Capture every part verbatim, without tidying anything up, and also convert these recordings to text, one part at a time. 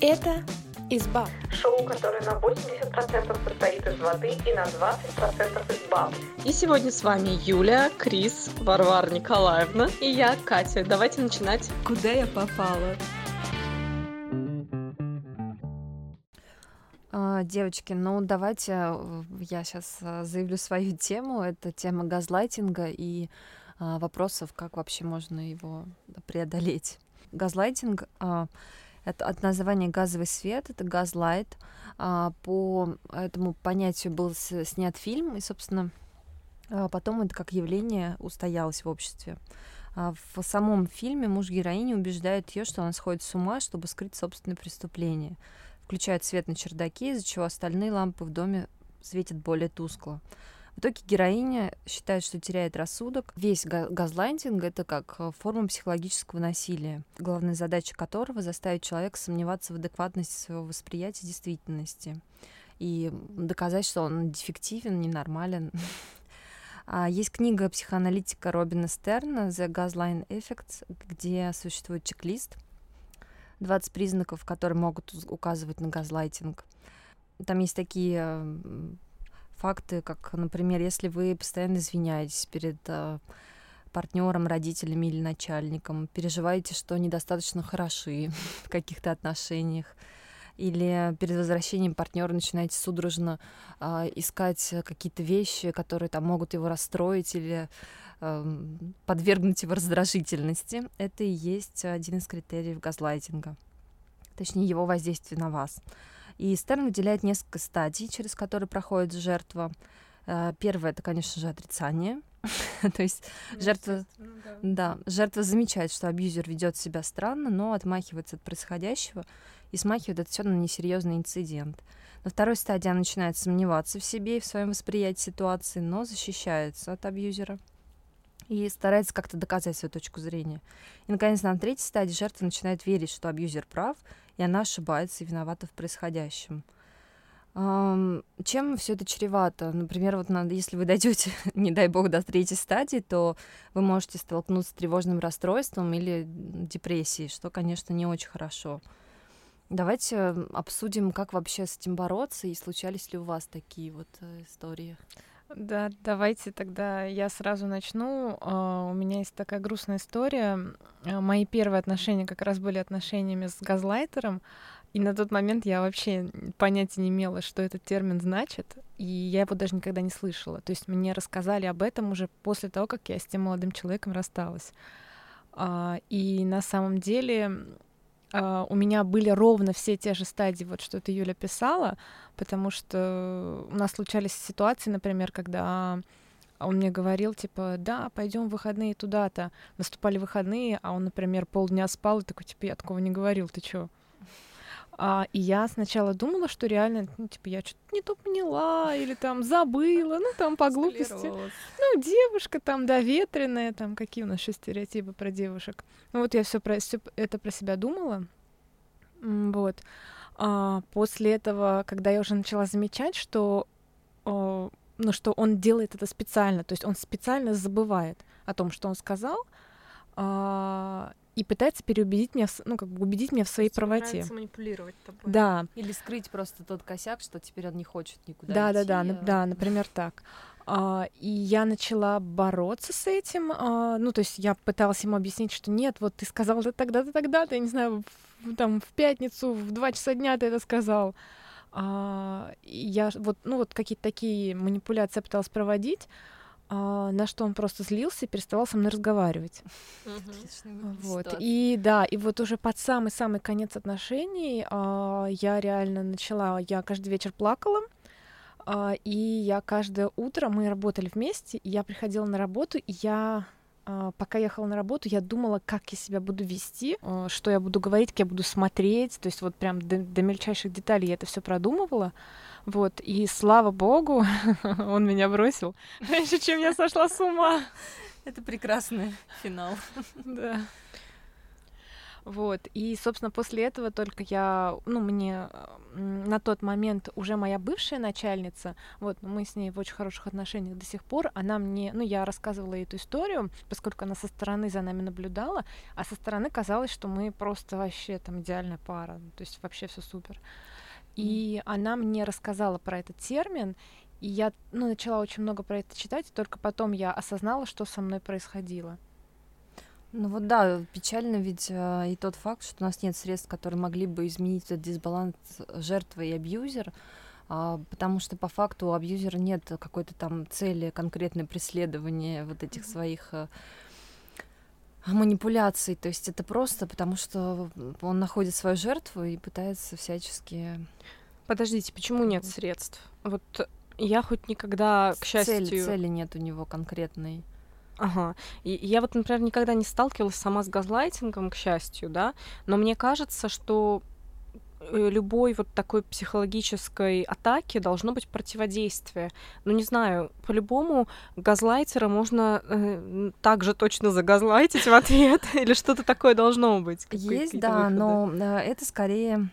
Это «Изба». Шоу, которое на восемьдесят процентов состоит из воды и на двадцать процентов из баб. И сегодня с вами Юля, Крис, Варвара Николаевна и я, Катя. Давайте начинать. Куда я попала? А, Девочки, ну давайте э, я сейчас заявлю свою тему. Это тема газлайтинга и а, вопросов, как вообще можно его преодолеть. Газлайтинг а, это от названия газовый свет, это газлайт. А, по этому понятию был с- снят фильм, и, собственно, а, потом это как явление устоялось в обществе. А в самом фильме муж героини убеждает ее, что она сходит с ума, чтобы скрыть собственное преступление. Включает свет на чердаке, из-за чего остальные лампы в доме светят более тускло. В итоге героиня считает, что теряет рассудок. Весь га- газлайтинг — это как э, форма психологического насилия, главная задача которого — заставить человека сомневаться в адекватности своего восприятия действительности и доказать, что он дефективен, ненормален. А Есть книга психоаналитика Робина Стерна «The Gaslight Effect», где существует чек-лист двадцать признаков, которые могут уз- указывать на газлайтинг. Там есть такие м, факты, как, например, если вы постоянно извиняетесь перед партнером, родителями или начальником, переживаете, что недостаточно хороши в каких-то отношениях, или перед возвращением партнера начинаете судорожно а, искать какие-то вещи, которые там могут его расстроить или эм, подвергнуть его раздражительности. Это и есть один из критериев газлайтинга, точнее его воздействие на вас. И Стерн выделяет несколько стадий, через которые проходит жертва. Э, Первое — это, конечно же, отрицание. То есть жертва, да, жертва замечает, что абьюзер ведет себя странно, но отмахивается от происходящего и смахивает это все на несерьезный инцидент. На второй стадии она начинает сомневаться в себе и в своем восприятии ситуации, но защищается от абьюзера и старается как-то доказать свою точку зрения. И, наконец, на третьей стадии жертва начинает верить, что абьюзер прав, и она ошибается и виновата в происходящем. Ам, Чем все это чревато? Например, вот надо, если вы дойдете, не дай бог, до третьей стадии, то вы можете столкнуться с тревожным расстройством или депрессией, что, конечно, не очень хорошо. Давайте обсудим, как вообще с этим бороться, и случались ли у вас такие вот э, истории. Да, давайте тогда я сразу начну. А, У меня есть такая грустная история. А, Мои первые отношения как раз были отношениями с газлайтером, и на тот момент я вообще понятия не имела, что этот термин значит, и я его даже никогда не слышала. То есть мне рассказали об этом уже после того, как я с тем молодым человеком рассталась. А, И на самом деле а, у меня были ровно все те же стадии, вот что ты, Юля, писала, потому что у нас случались ситуации, например, когда он мне говорил, типа, да, пойдем в выходные туда-то. Наступали выходные, а он, например, полдня спал, и такой, типа, я такого не говорил, ты чё? А, и я сначала думала, что реально, ну, типа, я что-то не то поняла, или там забыла, ну, там по глупости. Склеровалась. Ну, девушка там, да, ветреная, там, какие у нас еще стереотипы про девушек. Ну, вот я все про всё это про себя думала. М, Вот. А после этого, когда я уже начала замечать, что, э, ну, что он делает это специально, то есть он специально забывает о том, что он сказал, а, и пытается переубедить меня, в с- ну, как бы убедить меня в своей правоте. Нравится манипулировать тобой. Да, Или скрыть просто тот косяк, что теперь он не хочет никуда да, да, идти. да, а- нап- да, например, так. А, и я начала бороться с этим. а, ну, то есть я пыталась ему объяснить, что нет, вот ты сказал это тогда-то, тогда-то, я не знаю, в, там, в пятницу, в два часа дня ты это сказал. А, и я ж- вот, ну, вот какие-то такие манипуляции я пыталась проводить, а, на что он просто злился и переставал со мной разговаривать. Мгм. Отличная Вот. ситуация. И да, и вот уже под самый-самый конец отношений а, я реально начала, я каждый вечер плакала, а, и я каждое утро, мы работали вместе, и я приходила на работу, и я, а, пока ехала на работу, я думала, как я себя буду вести, а, что я буду говорить, как я буду смотреть, то есть вот прям до, до мельчайших деталей я это все продумывала, вот, и слава богу, он меня бросил раньше, чем я сошла с ума. Это прекрасный финал. Да. Вот. И, собственно, после этого только я, ну, мне на тот момент уже моя бывшая начальница, вот, мы с ней в очень хороших отношениях до сих пор, она мне, ну, я рассказывала ей эту историю, поскольку она со стороны за нами наблюдала, а со стороны казалось, что мы просто вообще там идеальная пара, то есть вообще все супер. И mm. она мне рассказала про этот термин, и я, ну, начала очень много про это читать, и только потом я осознала, что со мной происходило. Ну вот да, печально ведь э, и тот факт, что у нас нет средств, которые могли бы изменить этот дисбаланс жертвы и абьюзер, э, потому что по факту у абьюзера нет какой-то там цели конкретной преследования вот этих mm-hmm. своих э, манипуляций, то есть это просто потому, что он находит свою жертву и пытается всячески... Подождите, почему нет средств? Вот я хоть никогда, к счастью... Цель, цели нет у него конкретной. Ага. И я вот, например, никогда не сталкивалась сама с газлайтингом, к счастью, да, но мне кажется, что любой вот такой психологической атаке должно быть противодействие. Ну, не знаю, по-любому газлайтера можно э, также точно загазлайтить в ответ, или что-то такое должно быть. Есть, да, но это скорее,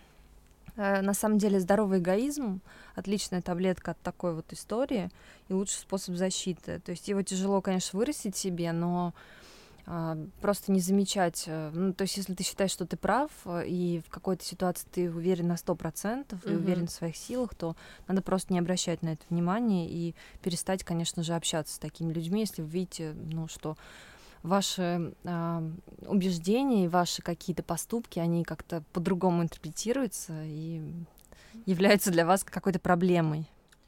на самом деле, здоровый эгоизм, отличная таблетка от такой вот истории и лучший способ защиты. То есть его тяжело, конечно, вырастить себе, но а, просто не замечать. Ну, то есть если ты считаешь, что ты прав, и в какой-то ситуации ты уверен на сто процентов, и уверен в своих силах, то надо просто не обращать на это внимания и перестать, конечно же, общаться с такими людьми, если вы видите, ну, что ваши а, убеждения и ваши какие-то поступки, они как-то по-другому интерпретируются и являются для вас какой-то проблемой.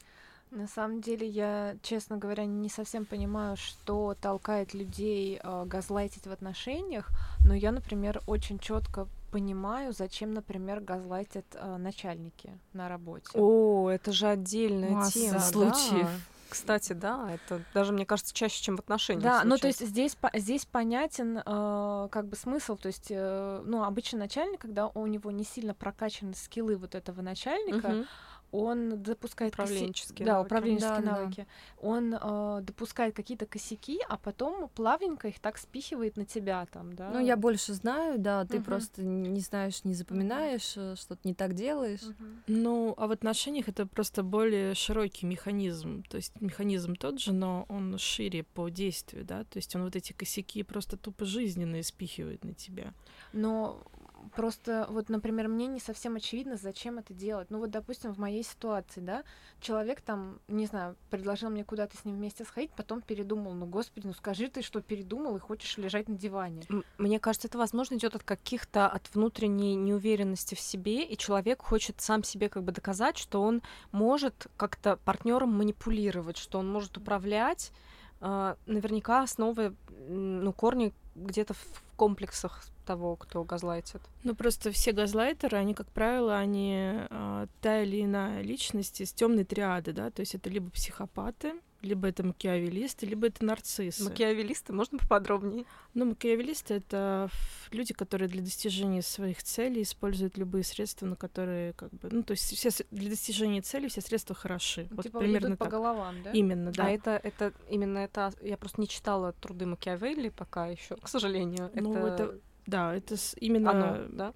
На самом деле, я, честно говоря, не совсем понимаю, что толкает людей э, газлайтить в отношениях, но я, например, очень четко понимаю, зачем, например, газлайтят э, начальники на работе. О, это же отдельная Масса тема. случаев. Да. Кстати, да, это даже, мне кажется, чаще, чем в отношениях. Да, случается. ну то есть здесь, здесь понятен э, как бы смысл, то есть, э, ну, обычно начальник, когда у него не сильно прокачаны скиллы вот этого начальника, uh-huh. он допускает управленческие коси... навыки. Да, управленческие да, навыки. Да. Он э, допускает какие-то косяки, а потом плавненько их так спихивает на тебя там, да. Ну, я больше знаю, да, ты uh-huh. просто не знаешь, не запоминаешь, uh-huh. что-то не так делаешь. Uh-huh. Ну, а в отношениях это просто более широкий механизм. То есть механизм тот же, но он шире по действию, да. То есть он вот эти косяки просто тупо жизненные спихивает на тебя. Но просто вот, например, мне не совсем очевидно, зачем это делать. Ну вот, допустим, в моей ситуации, да, человек там, не знаю, предложил мне куда-то с ним вместе сходить, потом передумал. Ну, господи, ну скажи ты, что передумал и хочешь лежать на диване. Мне кажется, это, возможно, идет от каких-то, от внутренней неуверенности в себе, и человек хочет сам себе как бы доказать, что он может как-то партнером манипулировать, что он может управлять, э, наверняка основы, ну, корни где-то в комплексах того, кто газлайтит. Ну, просто все газлайтеры, они, как правило, они э, та или иная личность из темной триады, да, то есть это либо психопаты, либо это макиавеллисты, либо это нарциссы. Макиавеллисты, можно поподробнее? Ну, макиавеллисты — это люди, которые для достижения своих целей используют любые средства, на которые, как бы, ну, то есть все, для достижения целей все средства хороши. Ну, вот типа примерно идут по так. головам, да? Именно, да. А это, это именно это, я просто не читала труды Макиавелли пока еще, к сожалению. Ну, это... это, да, это именно... Оно, да?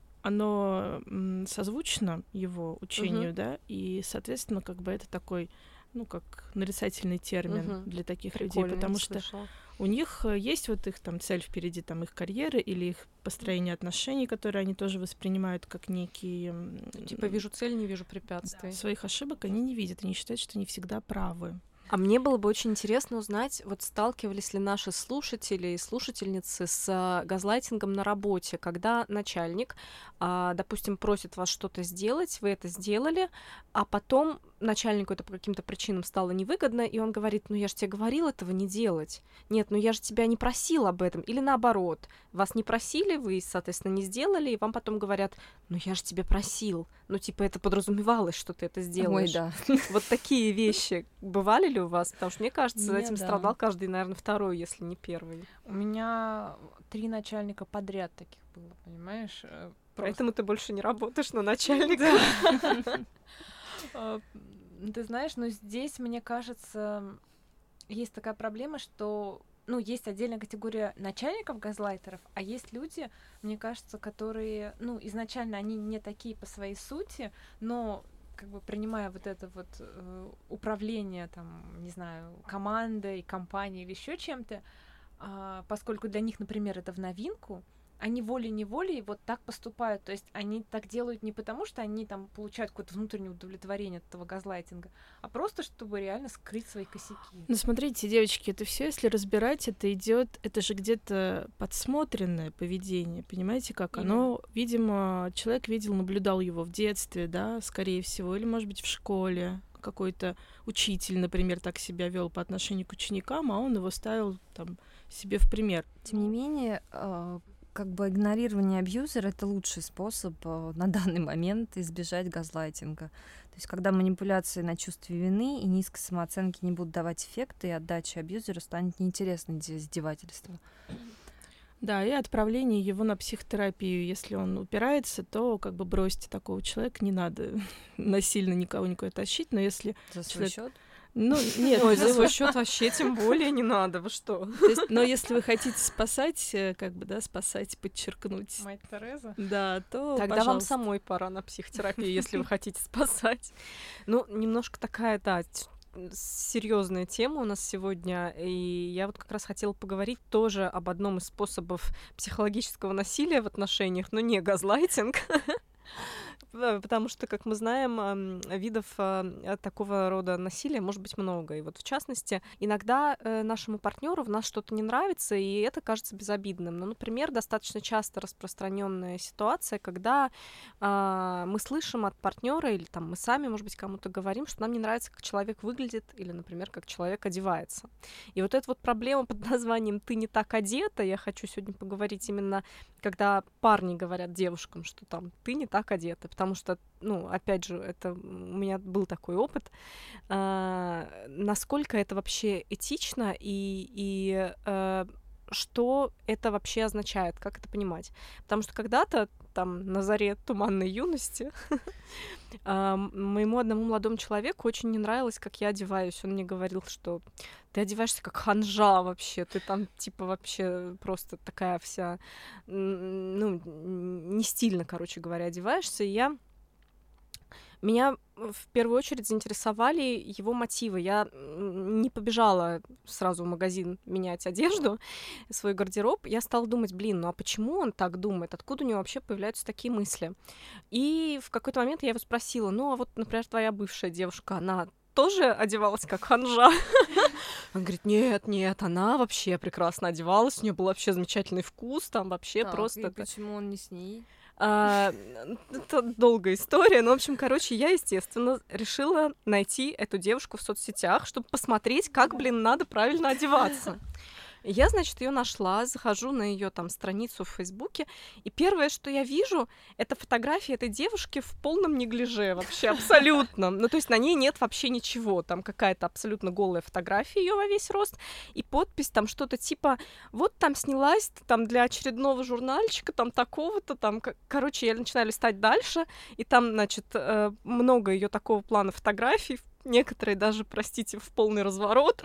Оно м, созвучно его учению, Угу. да, и, соответственно, как бы это такой, ну, как нарицательный термин Угу. для таких Прикольно, людей, потому не что слышала. у них есть вот их там цель впереди, там их карьеры или их построение отношений, которые они тоже воспринимают как некие... Типа вижу цель, не вижу препятствий. Да, своих ошибок они не видят, они считают, что они всегда правы. А мне было бы очень интересно узнать, вот сталкивались ли наши слушатели и слушательницы с газлайтингом на работе, когда начальник, допустим, просит вас что-то сделать, вы это сделали, а потом начальнику это по каким-то причинам стало невыгодно, и он говорит, ну я же тебе говорил этого не делать. Нет, ну я же тебя не просил об этом. Или наоборот, вас не просили, вы, соответственно, не сделали, и вам потом говорят, ну я же тебя просил. Ну типа это подразумевалось, что ты это сделаешь. Ой, да. Вот такие вещи бывали ли у вас? Потому что, мне кажется, Мне этим да. страдал каждый, наверное, второй, если не первый. У меня три начальника подряд таких было, понимаешь? Просто. Поэтому ты больше не работаешь на начальника. Ты знаешь, но здесь, мне кажется, есть такая проблема, что ну, есть отдельная категория начальников газлайтеров, а есть люди, мне кажется, которые, ну, изначально они не такие по своей сути, но как бы принимая вот это вот э, управление, там, не знаю, командой, компанией или еще чем-то, э, поскольку для них, например, это в новинку, они волей-неволей вот так поступают. То есть они так делают не потому, что они там получают какое-то внутреннее удовлетворение от этого газлайтинга, а просто чтобы реально скрыть свои косяки. Ну, смотрите, девочки, это все, если разбирать, это идет, это же где-то подсмотренное поведение, понимаете, как Именно. оно, видимо, человек видел, наблюдал его в детстве, да, скорее всего, или, может быть, в школе. Какой-то учитель, например, так себя вел по отношению к ученикам, а он его ставил там себе в пример. Тем не менее, э, как бы игнорирование абьюзера — это лучший способ э, на данный момент избежать газлайтинга. То есть когда манипуляции на чувстве вины и низкой самооценки не будут давать эффекта, и отдача абьюзеру станет неинтересной для издевательства. Да, и отправление его на психотерапию. Если он упирается, то как бы бросьте такого человека, не надо насильно никого никуда тащить, но если За свой человек... счет? Ну, нет, Ой, за за свой счет вообще тем более не надо, вы что? То есть, но если вы хотите спасать, э, как бы, да, спасать, подчеркнуть, Мать Тереза. да, то, Тогда вам пожалуйста. самой пора на психотерапию, если вы хотите спасать. Ну, немножко такая, да, серьезная тема у нас сегодня, и я вот как раз хотела поговорить тоже об одном из способов психологического насилия в отношениях, но не газлайтинг. Потому что, как мы знаем, видов такого рода насилия может быть много. И вот, в частности, иногда нашему партнеру в нас что-то не нравится, и это кажется безобидным. Ну, например, достаточно часто распространенная ситуация, когда э, мы слышим от партнера, или там мы сами, может быть, кому-то говорим, что нам не нравится, как человек выглядит, или, например, как человек одевается. И вот эта вот проблема под названием «ты не так одета», я хочу сегодня поговорить именно, когда парни говорят девушкам, что там «ты не так одета», потому что, ну, опять же, это у меня был такой опыт, а, насколько это вообще этично и, и а, что это вообще означает, как это понимать. Потому что когда-то, там, на заре туманной юности, моему одному молодому человеку очень не нравилось, как я одеваюсь. Он мне говорил, что ты одеваешься как ханжа вообще, ты там, типа, вообще просто такая вся, ну, не стильно, короче говоря, одеваешься. И я... Меня в первую очередь заинтересовали его мотивы. Я не побежала сразу в магазин менять одежду, свой гардероб. Я стала думать, блин, ну а почему он так думает? Откуда у него вообще появляются такие мысли? И в какой-то момент я его спросила, ну а вот, например, твоя бывшая девушка, она тоже одевалась как ханжа? Он говорит, нет, нет, она вообще прекрасно одевалась, у нее был вообще замечательный вкус, там вообще Так, просто... и это... почему он не с ней? А, это долгая история, но, в общем, короче, я, естественно, решила найти эту девушку в соцсетях, чтобы посмотреть, как, блин, надо правильно одеваться. Я, значит, ее нашла, захожу на ее там страницу в Фейсбуке, и первое, что я вижу, это фотография этой девушки в полном неглиже, вообще абсолютно. Ну, то есть на ней нет вообще ничего, там какая-то абсолютно голая фотография ее во весь рост, и подпись там что-то типа, вот там снялась там для очередного журнальчика, там такого-то, там, короче, я начинаю листать дальше, и там, значит, много ее такого плана фотографий, некоторые даже, простите, в полный разворот.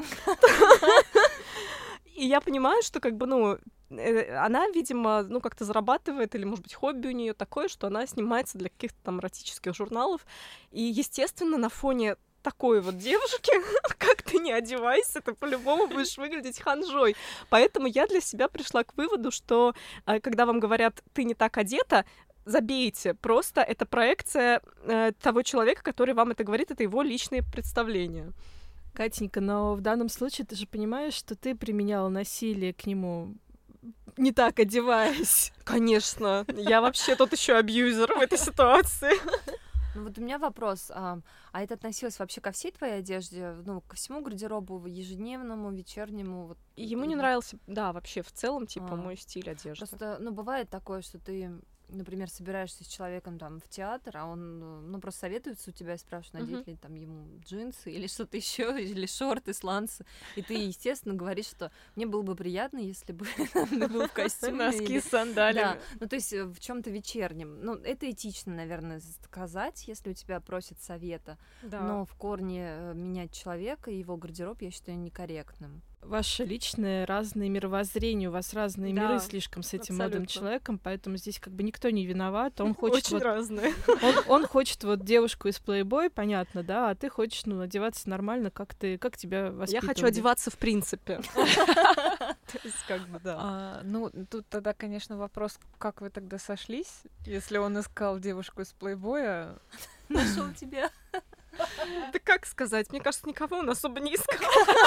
И я понимаю, что как бы, ну, она, видимо, ну, как-то зарабатывает, или, может быть, хобби у нее такое, что она снимается для каких-то там эротических журналов. И, естественно, на фоне такой вот девушки, как ты не одевайся, ты по-любому будешь выглядеть ханжой. Поэтому я для себя пришла к выводу, что когда вам говорят «ты не так одета», забейте, просто это проекция э, того человека, который вам это говорит, это его личные представления. Катенька, но в данном случае ты же понимаешь, что ты применяла насилие к нему, не так одеваясь. Конечно, я вообще тут еще абьюзер в этой ситуации. Ну вот у меня вопрос, а, а это относилось вообще ко всей твоей одежде, ну, ко всему гардеробу, ежедневному, вечернему? Вот, ему не нравился, да, вообще в целом, типа, а, мой стиль одежды. Просто, ну, бывает такое, что ты, например, собираешься с человеком там в театр, а он, ну, просто советуется у тебя и спрашивает, надеть uh-huh. ли там ему джинсы или что-то еще, или шорты, сланцы, и ты, естественно, говоришь, что мне было бы приятно, если бы ты был в костюме. Носки с сандалями. Да, ну, то есть в чем-то вечернем. Ну, это этично, наверное, сказать, если у тебя просят совета, но в корне менять человека и его гардероб я считаю некорректным. ваше личное разное мировоззрение, у вас разные Да, миры слишком с этим молодым абсолютно. человеком, поэтому здесь как бы никто не виноват. Он хочет Очень вот, разные. он, он хочет вот девушку из Playboy, понятно, да, а ты хочешь, ну, одеваться нормально, как ты, как тебя воспитывали. Я хочу одеваться в принципе. То есть, как бы, да. А, ну, тут тогда, конечно, вопрос, как вы тогда сошлись, если он искал девушку из плейбоя. Нашел тебя. Да как сказать? Мне кажется, никого он особо не искал.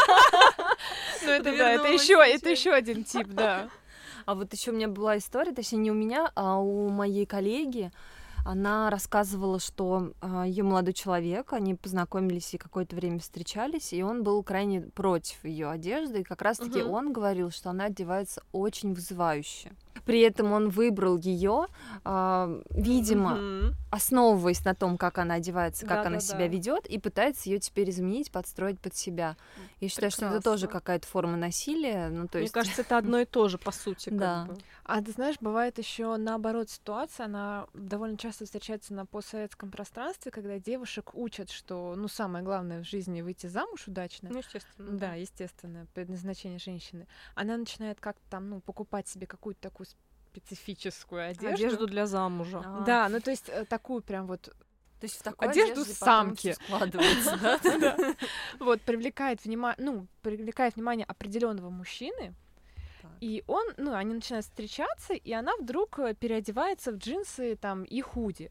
Ну, это да, это Вернулась еще, это случайно. еще один тип, да. А вот еще у меня была история, точнее, не у меня, а у моей коллеги. Она рассказывала, что ее молодой человек, они познакомились и какое-то время встречались, и он был крайне против ее одежды, и как раз-таки Мгм. он говорил, что она одевается очень вызывающе. При этом он выбрал ее, видимо, Мгм. основываясь на том, как она одевается, как она Да-да-да. себя ведет, и пытается ее теперь изменить, подстроить под себя. Я считаю, что это тоже Прекрасно. какая-то форма насилия. Ну, то Мне есть... кажется, это одно и то же, по сути. как Да. бы. А ты знаешь, бывает еще наоборот ситуация, она довольно часто встречается на постсоветском пространстве, когда девушек учат, что, ну, самое главное в жизни выйти замуж удачно. Ну, естественно. Да, естественно, предназначение женщины. Она начинает как-то там, ну, покупать себе какую-то такую специфическую одежду. Одежду для замужа. А, Да, ну то есть э, такую прям вот, То есть в такой одежду одежде потом самки. всё складывается, да? вот привлекает внимание, ну, привлекает внимание определенного мужчины, Так. и он, ну, они начинают встречаться, и она вдруг э, переодевается в джинсы там и худи.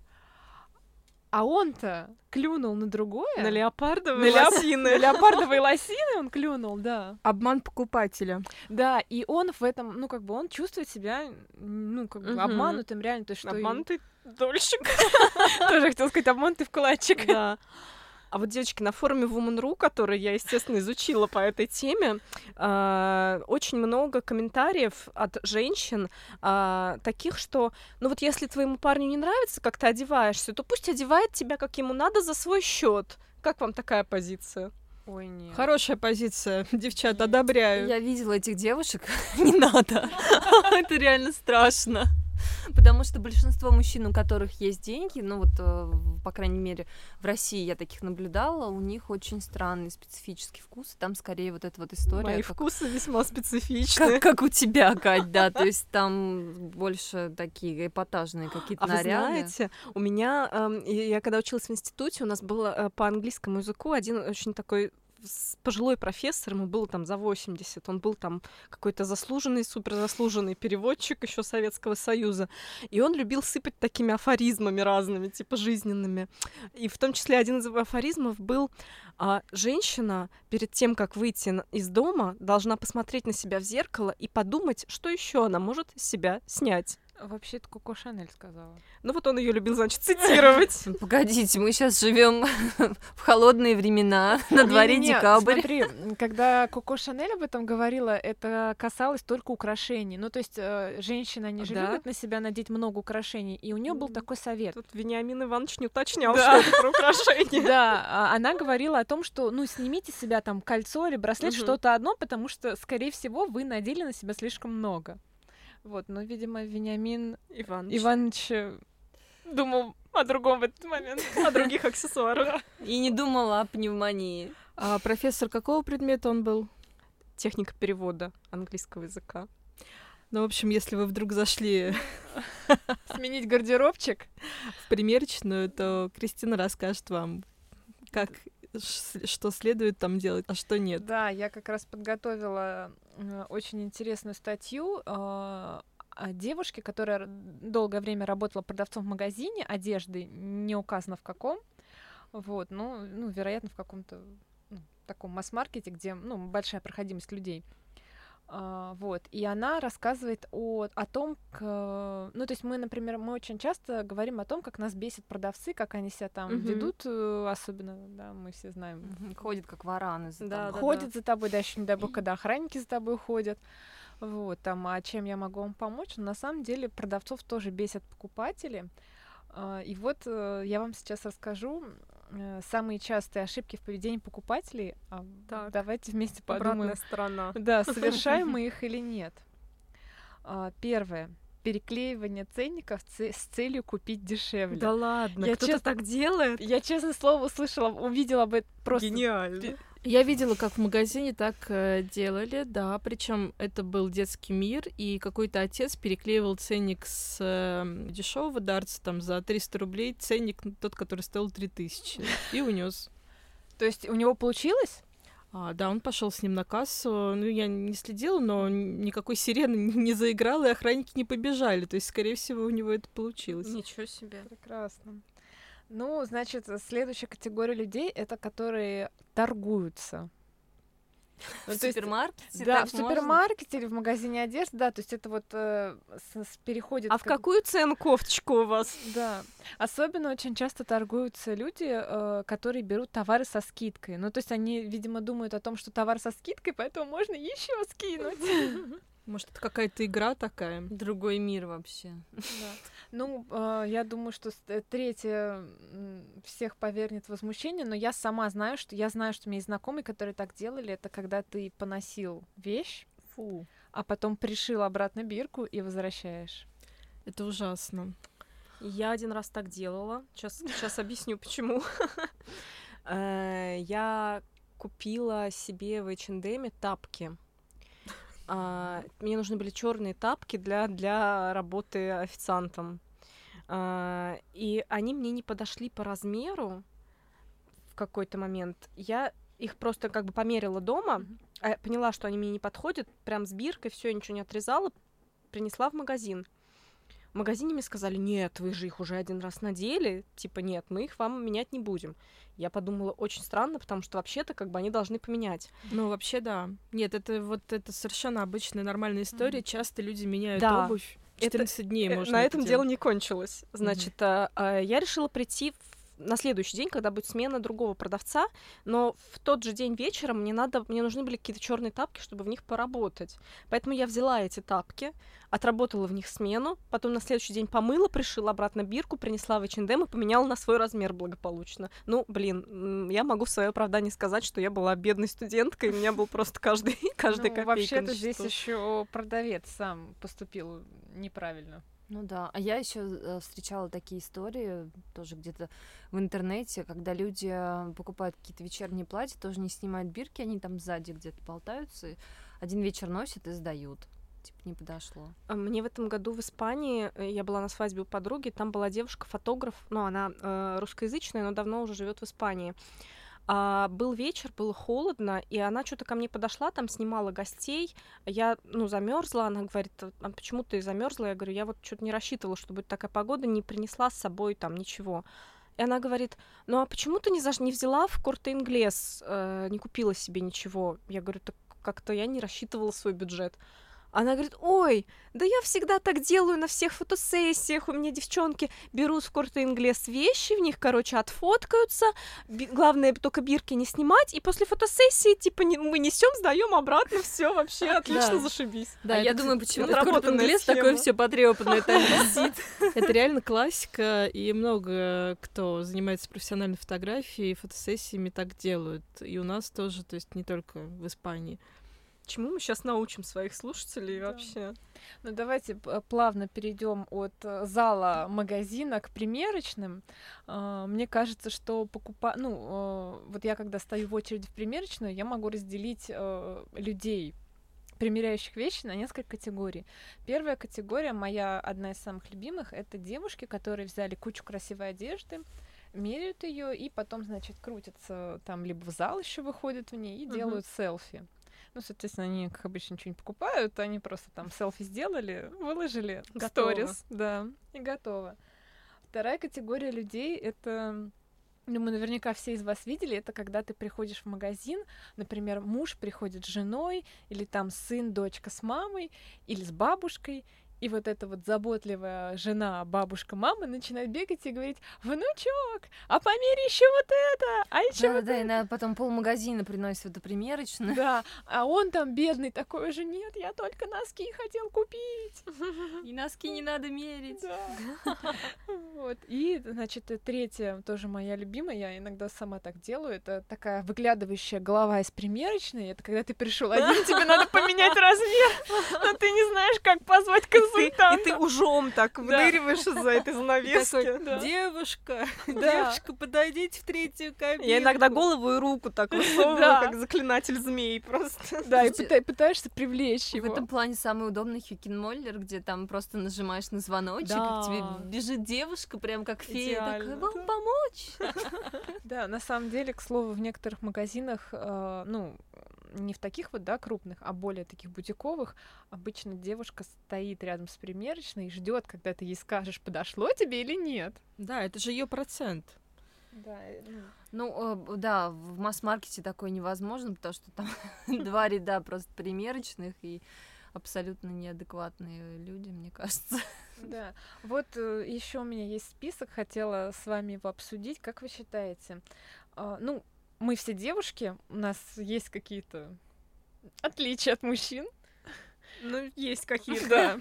А он-то клюнул на другое. На леопардовые На леоп- лосины. на леопардовые лосины он клюнул, да. Обман покупателя. Да, и он в этом, ну, как бы он чувствует себя, ну, как бы Мгм. обманутым реально, то есть что... и- Обманутый дольщик. Тоже хотел сказать, обманутый вкладчик. Да. А вот, девочки, на форуме Woman.ru, который я, естественно, изучила по этой теме, а, очень много комментариев от женщин а, таких, что, ну вот если твоему парню не нравится, как ты одеваешься, то пусть одевает тебя, как ему надо, за свой счет. Как вам такая позиция? Ой, нет. Хорошая позиция, девчат, одобряю. Я видела этих девушек, не надо. Это реально страшно. Потому что большинство мужчин, у которых есть деньги, ну вот, э, по крайней мере, в России я таких наблюдала, у них очень странный специфический вкус, и там скорее вот эта вот история, Мои как, вкусы весьма специфичны. как, как у тебя, Кать, да, то есть там больше такие эпатажные какие-то А вы наряды. знаете, у меня, эм, и я когда училась в институте, у нас был э, по английскому языку один очень такой с- пожилой профессор, ему было там за восемьдесят, он был там какой-то заслуженный, суперзаслуженный переводчик еще Советского Союза, и он любил сыпать такими афоризмами разными, типа жизненными. И в том числе один из афоризмов был: а, женщина перед тем, как выйти на- из дома, должна посмотреть на себя в зеркало и подумать, что еще она может с себя снять. Вообще-то Коко Шанель сказала. Ну вот он ее любил, значит, цитировать. Ну, погодите, мы сейчас живем в холодные времена, на дворе Не-не-не, декабрь. Смотри, когда Коко Шанель об этом говорила, это касалось только украшений. Ну, то есть э, женщины, они же Да? любят на себя надеть много украшений, и у нее был Мгм. такой совет. Тут Вениамин Иванович не уточнял, Да. что это про украшения. Да, а она говорила о том, что, ну, снимите с себя там кольцо или браслет, Мгм. что-то одно, потому что, скорее всего, вы надели на себя слишком много. Вот, но, видимо, Вениамин Иванович. Иванович э, думал о другом в этот момент. О других аксессуарах. И не думала о пневмонии. А профессор какого предмета он был? Техника перевода английского языка. Ну, в общем, если вы вдруг зашли Сменить гардеробчик. в примерочную, то Кристина расскажет вам, как, ш- что следует там делать, а что нет. Да, я как раз подготовила э, очень интересную статью э, о девушке, которая р- долгое время работала продавцом в магазине одежды, не указано в каком. Вот, ну, ну вероятно, в каком-то ну, таком масс-маркете, где ну, большая проходимость людей. А, вот, и она рассказывает о, о том, к, ну, то есть мы, например, мы очень часто говорим о том, как нас бесят продавцы, как они себя там Мгм. ведут, э, особенно, да, мы все знаем, Мгм, ходит как варан из Да, да, ходят за тобой, да, еще не дай бог, когда охранники за тобой ходят. Вот, там, а чем я могу вам помочь? Но на самом деле продавцов тоже бесят покупатели. А, И вот э, я вам сейчас расскажу э, самые частые ошибки в поведении покупателей. А Так. Давайте вместе подумаем, Обратная сторона. да, совершаем мы их или нет. А, Первое. Переклеивание ценников ц- с целью купить дешевле. Да ладно, Я кто-то честно- так делает? Я, честное слово, услышала, увидела бы просто Гениально. Я видела, как в магазине так э, делали, да, причем это был детский мир, и какой-то отец переклеивал ценник с э, дешевого дартса там за триста рублей, ценник тот, который стоил три тысячи, и унес. То есть у него получилось? А, да, он пошел с ним на кассу. Ну, я не следила, но никакой сирены не заиграла, и охранники не побежали. То есть, скорее всего, у него это получилось. Ничего себе. Прекрасно. Ну, значит, следующая категория людей — это которые торгуются. В супермаркете? Да, в супермаркете или в магазине одежды, да, то есть это вот э, с, с переходит... А в какую цену кофточку у вас? Да, особенно очень часто торгуются люди, э, которые берут товары со скидкой. Ну, то есть они, видимо, думают о том, что товар со скидкой, поэтому можно еще скинуть. Может, это какая-то игра такая? Другой мир вообще. Да. Ну, э, я думаю, что третье всех повернет в возмущение, но я сама знаю, что я знаю, что у меня есть знакомые, которые так делали. Это когда ты поносил вещь, Фу. а потом пришил обратно бирку и возвращаешь. Это ужасно. Я один раз так делала. Сейчас, сейчас объясню, почему. Я купила себе в эйч энд эм тапки. Uh, мне нужны были черные тапки для, для работы официантом. Uh, и они мне не подошли по размеру в какой-то момент. Я их просто как бы померила дома, mm-hmm. поняла, что они мне не подходят, прям с биркой, все, ничего не отрезала, принесла в магазин. В магазине мне сказали: нет, вы же их уже один раз надели, типа нет, мы их вам менять не будем. Я подумала, очень странно, потому что вообще-то как бы они должны поменять. Ну, вообще, да. Нет, это вот это совершенно обычная, нормальная история. Mm-hmm. Часто люди меняют да. обувь. четырнадцать дней можно. На это этом делать. дело не кончилось. Значит, Mm-hmm. а, а, я решила прийти в на следующий день, когда будет смена другого продавца, но в тот же день вечером мне надо, мне нужны были какие-то черные тапки, чтобы в них поработать. Поэтому я взяла эти тапки, отработала в них смену, потом на следующий день помыла, пришила обратно бирку, принесла в эйч энд эм и поменяла на свой размер благополучно. Ну, блин, я могу в свое оправдание сказать, что я была бедной студенткой, у меня был просто каждый, каждая ну, копейка. Вообще-то здесь еще продавец сам поступил неправильно. Ну да, а я еще э, встречала такие истории тоже где-то в интернете, когда люди э, покупают какие-то вечерние платья, тоже не снимают бирки, они там сзади где-то болтаются, и один вечер носят и сдают. Типа не подошло. Мне в этом году в Испании, я была на свадьбе у подруги, там была девушка-фотограф, ну, она э, русскоязычная, но давно уже живет в Испании. А был вечер, было холодно, и она что-то ко мне подошла, там снимала гостей. Я, ну, замерзла. Она говорит: а почему ты замерзла? Я говорю: я вот что-то не рассчитывала, что будет такая погода, не принесла с собой там ничего. И она говорит: ну а почему ты не, заш... не взяла в Корте Инглес, э, не купила себе ничего? Я говорю: так как-то я не рассчитывала свой бюджет. Она говорит: ой, да я всегда так делаю на всех фотосессиях, у меня девчонки берут в Корте Инглес вещи, в них, короче, отфоткаются, би- главное только бирки не снимать, и после фотосессии, типа, не, мы несем, сдаем обратно, все вообще отлично, зашибись. Да, я думаю, почему Корте Инглес такое все потрепанное там висит. Это реально классика, и много кто занимается профессиональной фотографией, фотосессиями так делают. И у нас тоже, то есть не только в Испании. Чему мы сейчас научим своих слушателей Да. вообще? Ну, давайте плавно перейдем от зала магазина к примерочным. Мне кажется, что покупа... Ну, вот я когда стою в очереди в примерочную, я могу разделить людей, примеряющих вещи, на несколько категорий. Первая категория, моя одна из самых любимых, это девушки, которые взяли кучу красивой одежды, меряют ее и потом, значит, крутятся там, либо в зал еще выходят в ней и uh-huh. делают селфи. Ну, соответственно, они, как обычно, ничего не покупают, они просто там селфи сделали, выложили в сторис, да, и готово. Вторая категория людей — это, думаю, наверняка все из вас видели, это когда ты приходишь в магазин, например, муж приходит с женой, или там сын, дочка с мамой, или с бабушкой, и вот эта вот заботливая жена, бабушка, мама начинает бегать и говорить: внучок, а померь еще вот это, а еще да, вот да, это. и на, потом полмагазина приносит в эту примерочную. Да, а он там бедный такой же: нет, я только носки хотел купить. И носки не надо мерить. Да. Вот. И, значит, третья, тоже моя любимая, я иногда сама так делаю, это такая выглядывающая голова из примерочной. Это когда ты пришел один, тебе надо поменять размер, но ты не знаешь, как позвать консультанта. ты, и ты ужом так выныриваешь из-за этой занавески. Такой, девушка, Да. девушка, подойдите в третью кабинку. Я иногда голову и руку так высовываю, Да. как заклинатель змей просто. Да, и Слушайте, пыта- пытаешься привлечь В его. этом плане самый удобный Хюкенмоллер, где там просто нажимаешь на звоночек, Да. и к тебе бежит девушка, прям как фея, Идеально, такая, вам помочь? Да, на самом деле, к слову, в некоторых магазинах, э, ну, не в таких вот, да, крупных, а более таких бутиковых, обычно девушка стоит рядом с примерочной и ждет, когда ты ей скажешь, подошло тебе или нет. Да, это же ее процент. Да, Ну, э, да, в масс-маркете такое невозможно, потому что там два ряда просто примерочных и абсолютно неадекватные люди, мне кажется. да. Вот еще у меня есть список, хотела с вами его обсудить. Как вы считаете? А, ну, мы все девушки, у нас есть какие-то отличия от мужчин. Ну, есть какие-то. Да.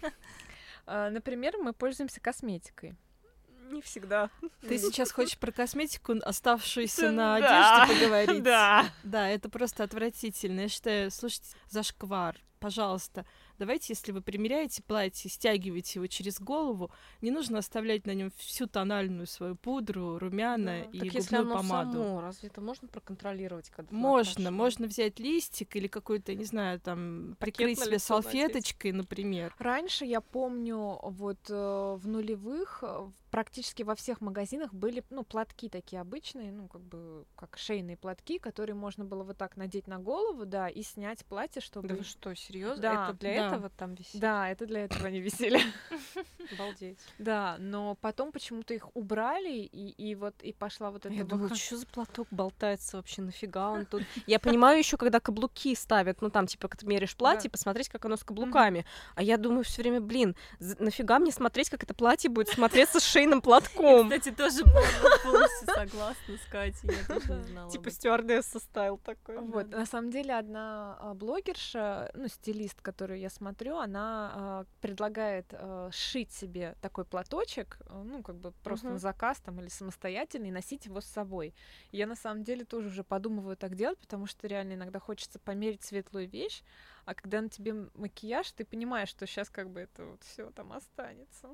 А, например, мы пользуемся косметикой. Не всегда. Ты сейчас хочешь про косметику, оставшуюся на Да. одежде, поговорить? Да. Да, это просто отвратительно. Я считаю, слушайте, зашквар. Пожалуйста, давайте, если вы примеряете платье, стягивайте его через голову, не нужно оставлять на нем всю тональную свою пудру, румяна и Так губную если оно помаду. само, разве это можно проконтролировать? Когда ты Можно, накрашиваешь? можно взять листик или какой-то, не знаю, там, Пакет прикрыть на себя лицо надеть. салфеточкой, например. Раньше, я помню, вот э, в нулевых э, практически во всех магазинах были, ну, платки такие обычные, ну, как бы, как шейные платки, которые можно было вот так надеть на голову, да, и снять платье, чтобы... Да вы что, серьезно? Да, это для да. этого там висит? Да, это для этого они висели. Обалдеть. Да, но потом почему-то их убрали, и, и вот и пошла вот эта... Я думала, ваха- что за платок болтается вообще, нафига он тут? Я понимаю еще, когда каблуки ставят, ну там, типа, как ты меряешь платье, посмотреть, как оно с каблуками. А я думаю все время, блин, з- нафига мне смотреть, как это платье будет смотреться с шейным платком? Кстати, тоже полностью, полностью согласна с Катей, я тоже не знала. Типа об этом. стюардесса стайл такой. Вот, на самом деле одна а, блогерша, ну, стилист, которую я смотрю, она а, предлагает а, сшить себе такой платочек, а, ну, как бы просто Мгм. на заказ там или самостоятельно, и носить его с собой. И я на самом деле тоже уже подумываю так делать, потому что реально иногда хочется померить светлую вещь, а когда на тебе м- макияж, ты понимаешь, что сейчас как бы это вот все там останется.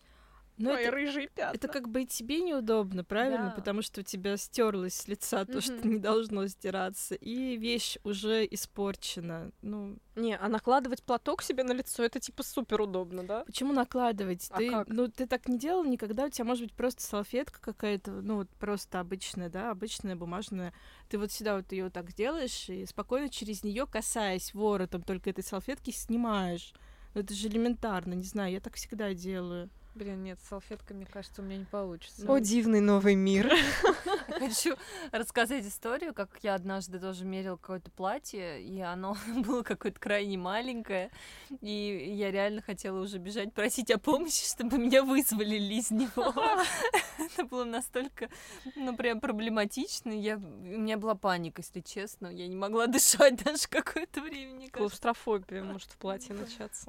Но Твои это, рыжие пятна. это как бы и тебе неудобно, правильно? Да. Потому что у тебя стерлось с лица то, что Мгм. не должно стираться, и вещь уже испорчена. Ну, Не, а накладывать платок себе на лицо, это типа супер удобно, да? почему накладывать? А ты, как? ну, ты так не делал никогда, у тебя может быть просто салфетка какая-то, ну, вот просто обычная, да, обычная бумажная. Ты вот сюда вот ее так делаешь и спокойно через нее, касаясь воротом только этой салфетки, снимаешь. Ну, это же элементарно, не знаю, я так всегда делаю. Блин, нет, с салфетками, кажется, у меня не получится. О, дивный новый мир. Хочу рассказать историю, как я однажды тоже мерила какое-то платье, и оно было какое-то крайне маленькое, и я реально хотела уже бежать просить о помощи, чтобы меня вызволили из него. Это было настолько, ну, прям проблематично. Я, у меня была паника, если честно. Я не могла дышать даже какое-то время, мне кажется. Клаустрофобия может в платье начаться.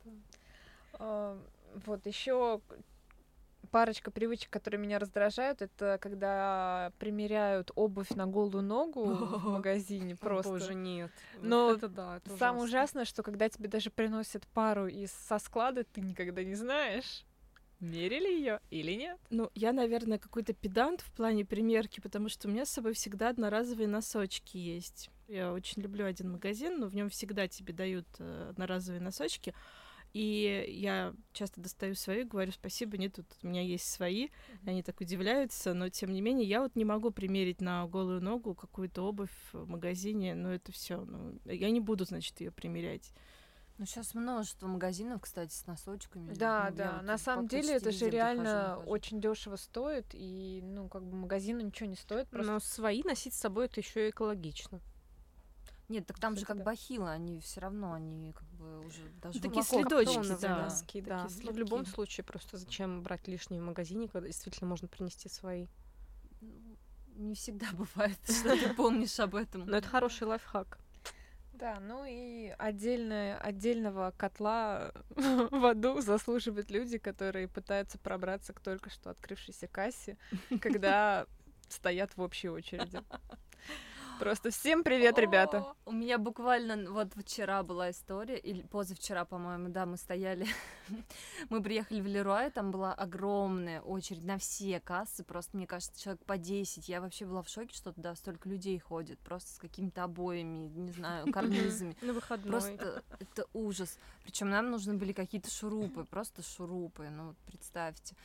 А, Вот еще парочка привычек, которые меня раздражают, это когда примеряют обувь на голую ногу в магазине просто. Боже, нет. Но это да, это Самое ужасно. ужасное, что когда тебе даже приносят пару из со склада, ты никогда не знаешь, мерили ее или нет. Ну, я, наверное, какой-то педант в плане примерки, потому что у меня с собой всегда одноразовые носочки есть. Я очень люблю один магазин, но в нем всегда тебе дают э, одноразовые носочки. И я часто достаю свои, говорю, спасибо, нет, тут у меня есть свои. Mm-hmm. Они так удивляются, но тем не менее я вот не могу примерить на голую ногу какую-то обувь в магазине, но это все. Ну, я не буду, значит, ее примерять. Ну, сейчас множество магазинов, кстати, с носочками. Да, Ну, да. я вот На самом почти деле это везде, же где хожу, реально нахожу. очень дешево стоит, и ну как бы магазину ничего не стоит. Просто Но свои носить с собой это еще и экологично. Нет, так там же Кстати, как да. бахилы, они все равно, они как бы уже даже Такие глубоко следочки, каптоновые, да. Носки, да. Такие Но в любом следки. случае, просто зачем брать лишние в магазине, когда действительно можно принести свои. Ну, не всегда бывает, что ты помнишь об этом. Но это хороший лайфхак. да, ну и отдельно, отдельного котла в аду заслуживают люди, которые пытаются пробраться к только что открывшейся кассе, когда стоят в общей очереди. Просто всем привет, ребята. О, У меня буквально вот вчера была история, или позавчера, по-моему, да, мы стояли, мы приехали в Леруа, и там была огромная очередь на все кассы, просто, мне кажется, человек по десять. Я вообще была в шоке, что туда столько людей ходит, просто с какими-то обоями, не знаю, карнизами. На выходной. Просто это ужас. Причем нам нужны были какие-то шурупы, просто шурупы, ну вот представьте.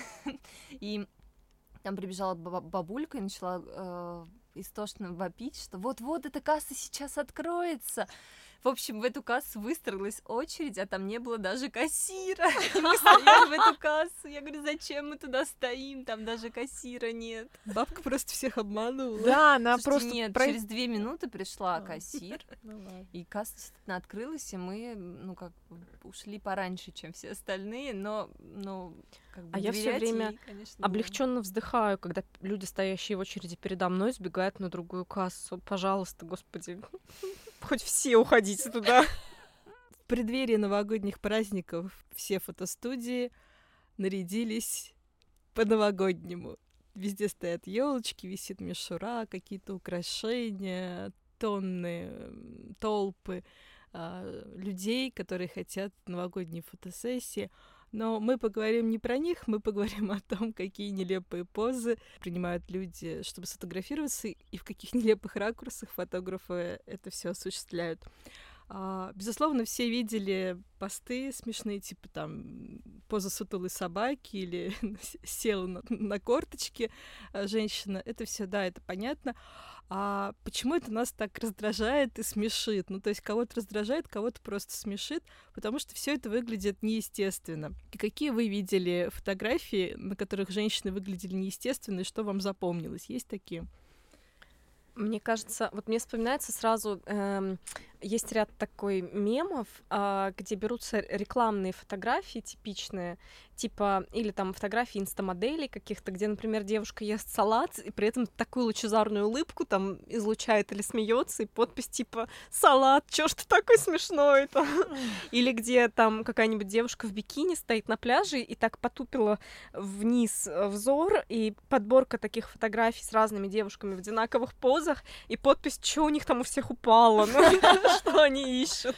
И там прибежала ба- бабулька и начала э, истошно вопить, что вот-вот эта касса сейчас откроется. В общем, в эту кассу выстроилась очередь, а там не было даже кассира. И мы стояли в эту кассу. Я говорю, зачем мы туда стоим? Там даже кассира нет. Бабка просто всех обманула. Да, она Слушайте, просто... нет, про- через две минуты пришла кассир, Ну ладно. и касса действительно открылась, и мы, ну, как бы ушли пораньше, чем все остальные, но, ну, как бы А я всё доверять время ей, конечно, было. Облегченно вздыхаю, когда люди, стоящие в очереди передо мной, сбегают на другую кассу. Пожалуйста, господи, хоть все уходите туда. В преддверии новогодних праздников все фотостудии нарядились по-новогоднему. Везде стоят елочки, висит мишура, какие-то украшения, тонны, м, толпы а, людей, которые хотят новогодней фотосессии. Но мы поговорим не про них, мы поговорим о том, какие нелепые позы принимают люди, чтобы сфотографироваться, и в каких нелепых ракурсах фотографы это все осуществляют. А, безусловно, все видели посты смешные, типа там поза сутулой собаки или села на, на корточки а, женщина. Это все, да, это понятно. А почему это нас так раздражает и смешит? Ну, то есть кого-то раздражает, кого-то просто смешит, потому что все это выглядит неестественно. И какие вы видели фотографии, на которых женщины выглядели неестественно, и что вам запомнилось? Есть такие? Мне кажется, вот мне вспоминается сразу, эм, есть ряд такой мемов, а, где берутся рекламные фотографии типичные, типа, или там фотографии инстамоделей каких-то, где, например, девушка ест салат, и при этом такую лучезарную улыбку там излучает или смеется, и подпись типа «Салат, чё ж ты такой смешной-то?» Или где там какая-нибудь девушка в бикини стоит на пляже и так потупила вниз взор, и подборка таких фотографий с разными девушками в одинаковых позах, и подпись «Чё у них там у всех упало?» Ну, что они ищут?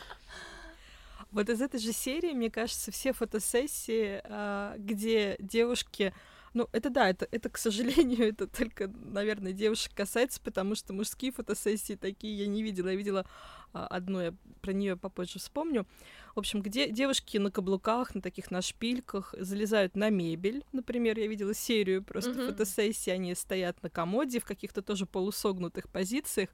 Вот из этой же серии, мне кажется, все фотосессии, а, где девушки... Ну, это да, это, это, к сожалению, это только, наверное, девушек касается, потому что мужские фотосессии такие я не видела. Я видела а, одну, я про нее попозже вспомню. В общем, где девушки на каблуках, на таких, на шпильках залезают на мебель. Например, я видела серию просто Мгм. фотосессий, они стоят на комоде в каких-то тоже полусогнутых позициях.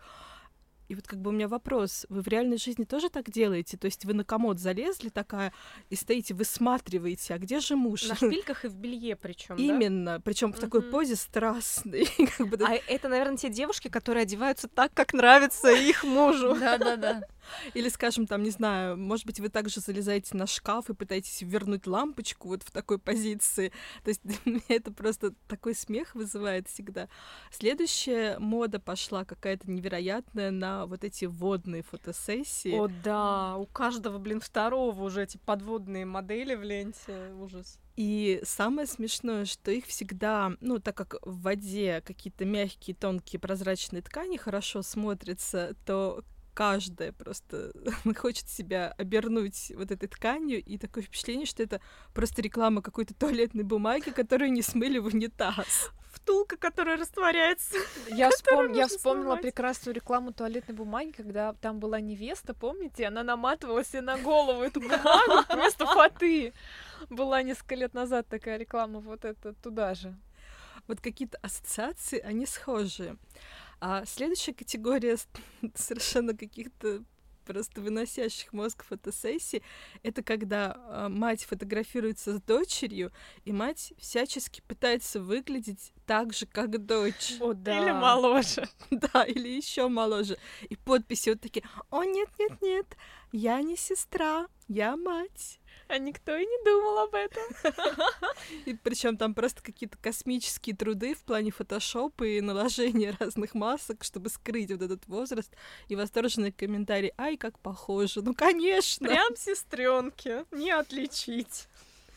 И вот как бы у меня вопрос, вы в реальной жизни тоже так делаете? То есть вы на комод залезли такая и стоите, высматриваете, а где же муж? На шпильках и в белье причем. Именно, причем в такой Мгм. позе страстной. Как бы, да. А это, наверное, те девушки, которые одеваются так, как нравится их мужу. Да-да-да. Или, скажем, там, не знаю, может быть, вы также залезаете на шкаф и пытаетесь вернуть лампочку вот в такой позиции. То есть для меня это просто такой смех вызывает всегда. Следующая мода пошла какая-то невероятная на вот эти водные фотосессии. О, да, у каждого, блин, второго уже эти подводные модели в ленте. Ужас. И самое смешное, что их всегда, ну, так как в воде какие-то мягкие, тонкие, прозрачные ткани хорошо смотрятся, то каждая просто хочет себя обернуть вот этой тканью, и такое впечатление, что это просто реклама какой-то туалетной бумаги, которую не смыли в унитаз. Втулка, которая растворяется. Я, вспом... я можно вспомнила сломать. прекрасную рекламу туалетной бумаги, когда там была невеста, помните? Она наматывала себе на голову эту бумагу вместо фаты. Была несколько лет назад такая реклама, вот это туда же. Вот какие-то ассоциации, они схожие. А следующая категория с- совершенно каких-то просто выносящих мозг фотосессий, это когда а, мать фотографируется с дочерью, и мать всячески пытается выглядеть так же, как дочь. О, да. Или моложе. Да, или еще моложе. И подписи вот такие: «О, нет-нет-нет, я не сестра, я мать». А никто и не думал об этом. И причем там просто какие-то космические труды в плане фотошопа и наложения разных масок, чтобы скрыть вот этот возраст. И восторженные комментарии: «Ай, как похоже». Ну, конечно. Прям сестренки, не отличить.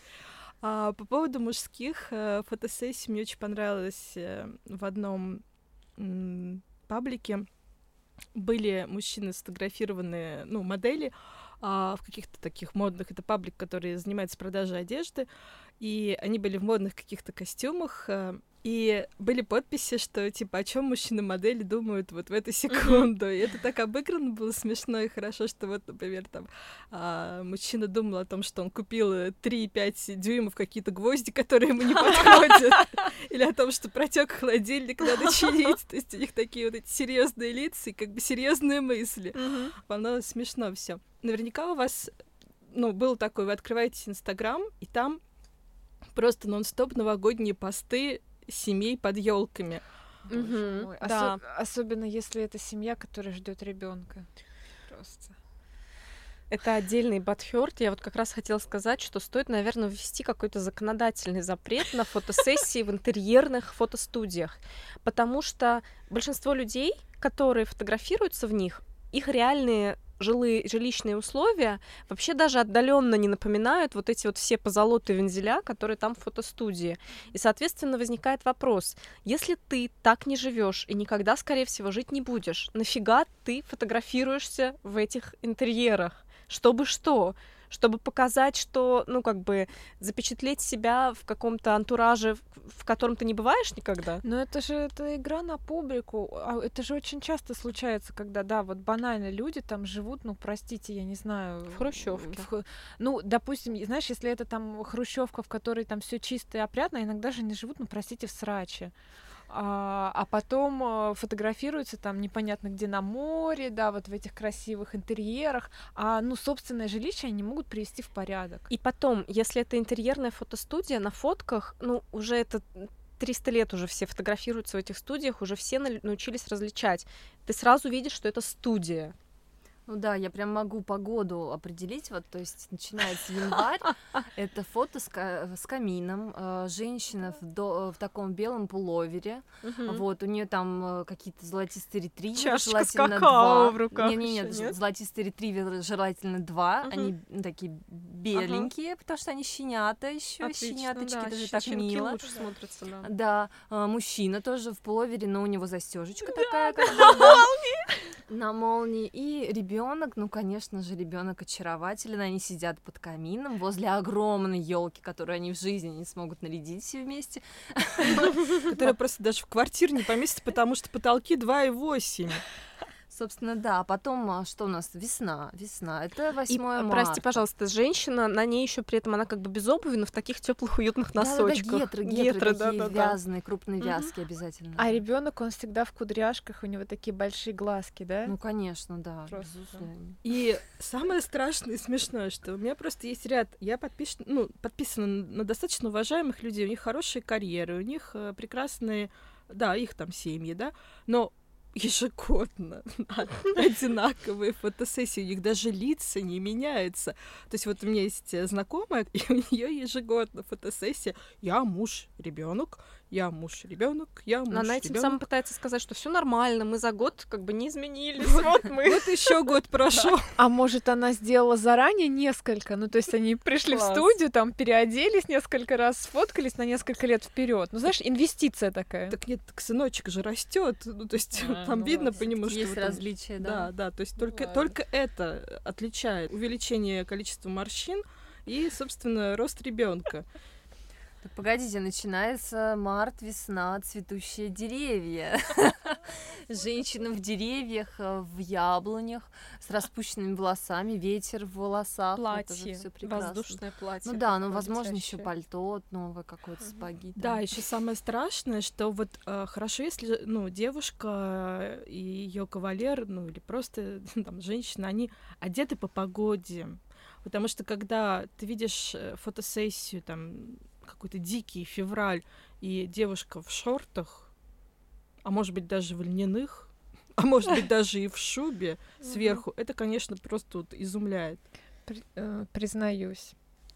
А по поводу мужских э, фотосессий мне очень понравилось э, в одном м, паблике были мужчины сфотографированные, ну, модели а, в каких-то таких модных, это паблик, который занимается продажей одежды, и они были в модных каких-то костюмах, а, и были подписи, что, типа, о чем мужчины-модели думают вот в эту секунду. И это так обыграно было, смешно и хорошо, что вот, например, там а, мужчина думал о том, что он купил три-пять дюймов какие-то гвозди, которые ему не подходят. Или о том, что протек холодильник, надо чинить. То есть у них такие вот эти серьезные лица и как бы серьезные мысли. Оно смешно все. Наверняка у вас, ну, был такой, вы открываете Инстаграм, и там просто нон-стоп новогодние посты семей под елками. Угу, да. Осо- особенно если это семья, которая ждет ребенка. Просто. Это отдельный бадхёрт. Я вот как раз хотела сказать, что стоит, наверное, ввести какой-то законодательный запрет на фотосессии в интерьерных фотостудиях, потому что большинство людей, которые фотографируются в них, их реальные жилые, жилищные условия вообще даже отдаленно не напоминают вот эти вот все позолотые вензеля, которые там в фотостудии. И, соответственно, возникает вопрос, если ты так не живешь и никогда, скорее всего, жить не будешь, нафига ты фотографируешься в этих интерьерах? Чтобы что? Чтобы показать, что, ну, как бы, запечатлеть себя в каком-то антураже, в котором ты не бываешь никогда. Но это же это игра на публику. А это же очень часто случается, когда, да, вот банально люди там живут, ну, простите, я не знаю... В хрущёвке. В, ну, допустим, знаешь, если это там хрущевка, в которой там все чисто и опрятно, иногда же они живут, ну, простите, в сраче. А, а потом э, фотографируются там непонятно где на море, да, вот в этих красивых интерьерах, а, ну, собственное жилище они могут привести в порядок. И потом, если это интерьерная фотостудия, на фотках, ну, уже это триста лет уже все фотографируются в этих студиях, уже все научились различать. Ты сразу видишь, что это студия. Ну да, я прям могу погоду определить, вот, то есть начинается январь, это фото с, ка- с камином, э, женщина в, до- в таком белом пуловере, Мгм. вот, у нее там э, какие-то золотистые ретриверы, Чашечка с желательно какао два. в руках Не, не, ещё, нет, нет? золотистые ретриверы желательно два, Мгм. они ну, такие беленькие, потому что они щенята еще, Отлично, щеняточки, да, это же щ- так щенки мило. лучше смотрятся, да. Да, а, мужчина тоже в пуловере, но у него застежечка такая, как бы, да, на молнии. И ребенок, ну, конечно же, ребенок очарователен. Они сидят под камином возле огромной елки, которую они в жизни не смогут нарядить все вместе. Которая просто даже в квартиру не поместится, потому что потолки два и восемь. Собственно, да. А потом, а, что у нас? Весна. Весна. Это И, восьмое марта. прости, пожалуйста, женщина, на ней еще при этом она как бы без обуви, но в таких теплых уютных носочках. Да-да-да, гетры, гетры, такие да-да-да. вязаные, крупные вязки обязательно. А ребенок, он всегда в кудряшках, у него такие большие глазки, да? Ну, конечно, да, Просто, безусловно. И самое страшное и смешное, что у меня просто есть ряд, я подпиш... ну, подписана на достаточно уважаемых людей, у них хорошие карьеры, у них э, прекрасные, да, их там семьи, да, но ежегодно одинаковые фотосессии, у них даже лица не меняются. То есть вот у меня есть знакомая, и у нее ежегодно фотосессия. Я муж, ребенок, я муж, ребенок, я муж, Но она этим ребенок. самым пытается сказать, что все нормально, мы за год как бы не изменились. Вот мы. Вот еще год прошел. А может, она сделала заранее несколько? Ну, то есть они пришли Класс. в студию, там переоделись несколько раз, сфоткались на несколько лет вперед. Ну, знаешь, инвестиция такая. Так нет, так сыночек же растет. Ну, то есть А, там ну видно ладно. по нему, что Есть вот он- различия, да. Да, да, то есть только, ладно. только это отличает увеличение количества морщин и, собственно, рост ребенка. Так, погодите, начинается март, весна, цветущие деревья. Женщина в деревьях, э, в яблонях, с распущенными волосами, ветер в волосах. Это же Платье, всё прекрасно. воздушное платье. Ну да, ну такое возможно летящее. еще пальто новое какое-то, сапоги. там. Да, еще самое страшное, что вот э, хорошо, если ну девушка и ее кавалер, ну или просто там женщина, они одеты по погоде, потому что когда ты видишь э, фотосессию там какой-то дикий февраль и девушка в шортах, а может быть даже в льняных, а может быть даже и в шубе сверху, это, конечно, просто вот изумляет. При- э, признаюсь.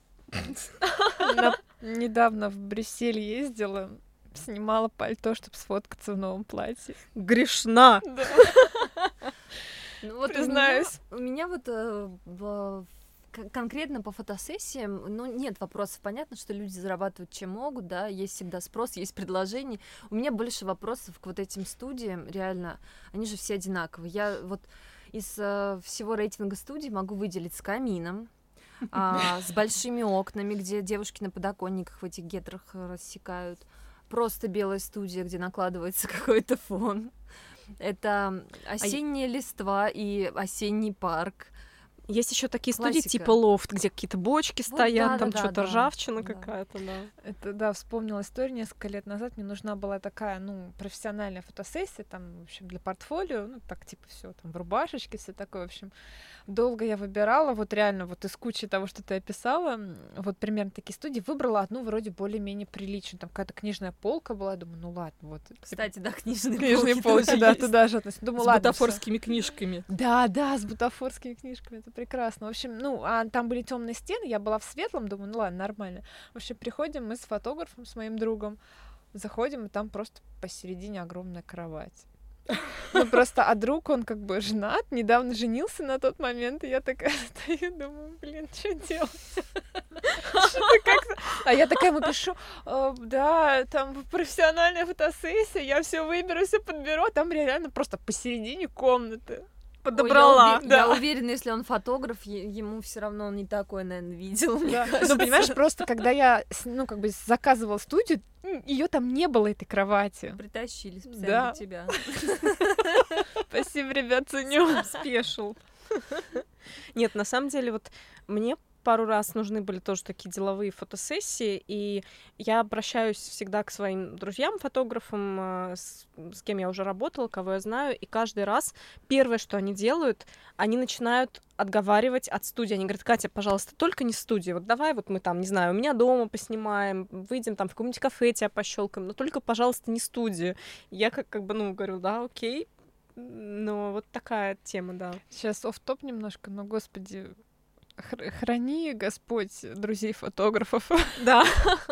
На- Недавно в Брюссель ездила, снимала пальто, чтобы сфоткаться в новом платье. Грешна! Ну, вот у меня- Признаюсь. У меня, вот э, в к- конкретно по фотосессиям, ну, нет вопросов. Понятно, что люди зарабатывают чем могут, да, есть всегда спрос, есть предложение. У меня больше вопросов к вот этим студиям, реально, они же все одинаковые. Я вот из э, всего рейтинга студий могу выделить с камином, а, с большими окнами, где девушки на подоконниках в этих гетрах рассекают. Просто белая студия, где накладывается какой-то фон. Это осенняя листва и осенний парк. Есть еще такие Классика. студии типа лофт, где какие-то бочки Вот стоят, да, там да, что-то да, ржавчина да. какая-то, да. Это, да, вспомнила историю несколько лет назад. Мне нужна была такая, ну, профессиональная фотосессия, там, в общем, для портфолио, ну, так, типа, все там в рубашечке, все такое, в общем. Долго я выбирала, вот реально, вот из кучи того, что ты описала, вот примерно такие студии, выбрала одну вроде более-менее приличную, там какая-то книжная полка была, думаю, ну ладно, вот. Кстати, да, книжные, Книжные полки полки, тоже да, есть. туда же относятся. Думаю, С ладно, всё. бутафорскими книжками. Да, да, с бутафорскими книжками, это прекрасно. В общем, ну, а там были темные стены, я была в светлом, думаю, ну ладно, нормально. В общем, приходим мы с фотографом, с моим другом, заходим, и там просто посередине огромная кровать. Ну, просто, а друг, он как бы женат, недавно женился на тот момент, и я такая стою, думаю, блин, что делать? Что-то как-то... А я такая ему пишу, «Э, да, там профессиональная фотосессия, я все выберу, все подберу, а там реально просто посередине комнаты. Подобрала. Ой, я, уве- я уверена, если он фотограф, е- ему все равно он не такое, наверное, видел. мне Да. кажется. Ну, понимаешь, просто когда я, с- ну, как бы заказывала студию, ее там не было, этой кровати. Притащили специально Да. для тебя. Спасибо, ребят, ценю. Спешл. Нет, на самом деле, вот мне пару раз нужны были тоже такие деловые фотосессии, и я обращаюсь всегда к своим друзьям, фотографам, э, с, с кем я уже работала, кого я знаю, и каждый раз первое, что они делают, они начинают отговаривать от студии. Они говорят: Катя, пожалуйста, только не студии. Вот давай вот мы там, не знаю, у меня дома поснимаем, выйдем там в каком-нибудь кафе тебя пощелкаем, но только, пожалуйста, не студию. Я как, как бы, ну, говорю, да, окей. Но вот такая тема, да. Сейчас офф-топ немножко, но, господи, хр- храни, Господь, друзей фотографов. Да.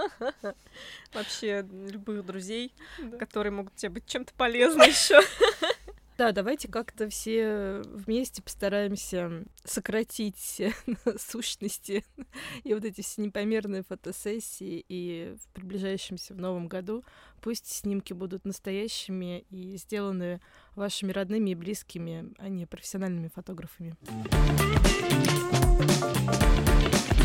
Вообще любых друзей, Да. которые могут тебе быть чем-то полезны еще. Да, давайте как-то все вместе постараемся сократить сущности и вот эти все непомерные фотосессии, и в приближающемся в новом году пусть снимки будут настоящими и сделаны вашими родными и близкими, а не профессиональными фотографами.